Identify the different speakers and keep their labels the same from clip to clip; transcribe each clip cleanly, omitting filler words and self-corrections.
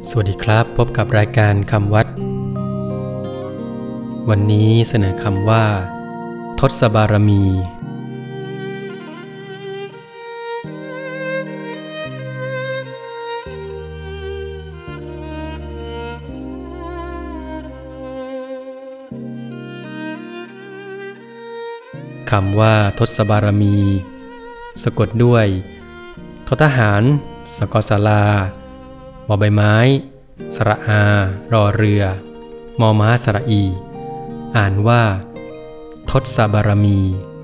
Speaker 1: สวัสดีครับพบกับรายการคำวัดวันนี้เสนอคำว่าทศบารมีคำว่าทศบารมีสะกดด้วยททหารสกศาลาบอใบไม้สระอารอเรือมอม้าสระอีอ่านว่าทศบารมี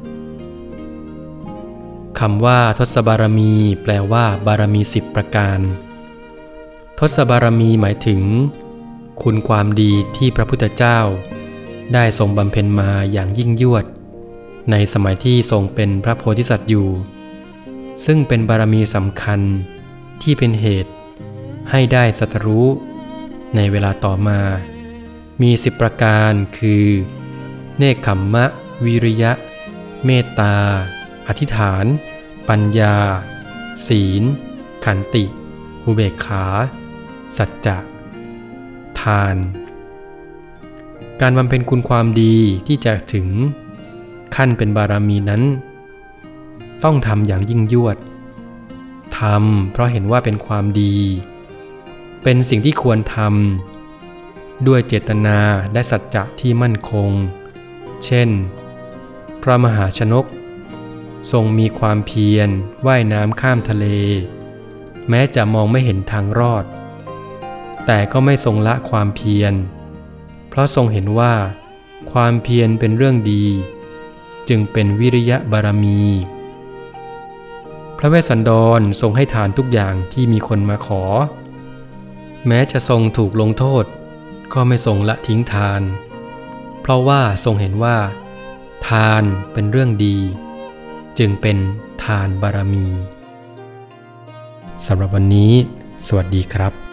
Speaker 1: คำว่าทศบารมีแปลว่าบารมี10ประการทศบารมีหมายถึงคุณความดีที่พระพุทธเจ้าได้ทรงบำเพ็ญมาอย่างยิ่งยวดในสมัยที่ทรงเป็นพระโพธิสัตว์อยู่ซึ่งเป็นบารมีสำคัญที่เป็นเหตุให้ได้ตรัสรู้ในเวลาต่อมามี10ประการคือเนกขัมมะวิริยะเมตตาอธิษฐานปัญญาศีลขันติอุเบกขาสัจจะทานการบำเพ็ญคุณความดีที่จะถึงขั้นเป็นบารมีนั้นต้องทำอย่างยิ่งยวดทำเพราะเห็นว่าเป็นความดีเป็นสิ่งที่ควรทำด้วยเจตนาและสัจจะที่มั่นคงเช่นพระมหาชนกทรงมีความเพียรว่ายน้ำข้ามทะเลแม้จะมองไม่เห็นทางรอดแต่ก็ไม่ทรงละความเพียรเพราะทรงเห็นว่าความเพียรเป็นเรื่องดีจึงเป็นวิริยะบารมีพระเวสสันดรทรงให้ทานทุกอย่างที่มีคนมาขอแม้จะทรงถูกลงโทษก็ไม่ทรงละทิ้งทานเพราะว่าทรงเห็นว่าทานเป็นเรื่องดีจึงเป็นทานบารมีสำหรับวันนี้สวัสดีครับ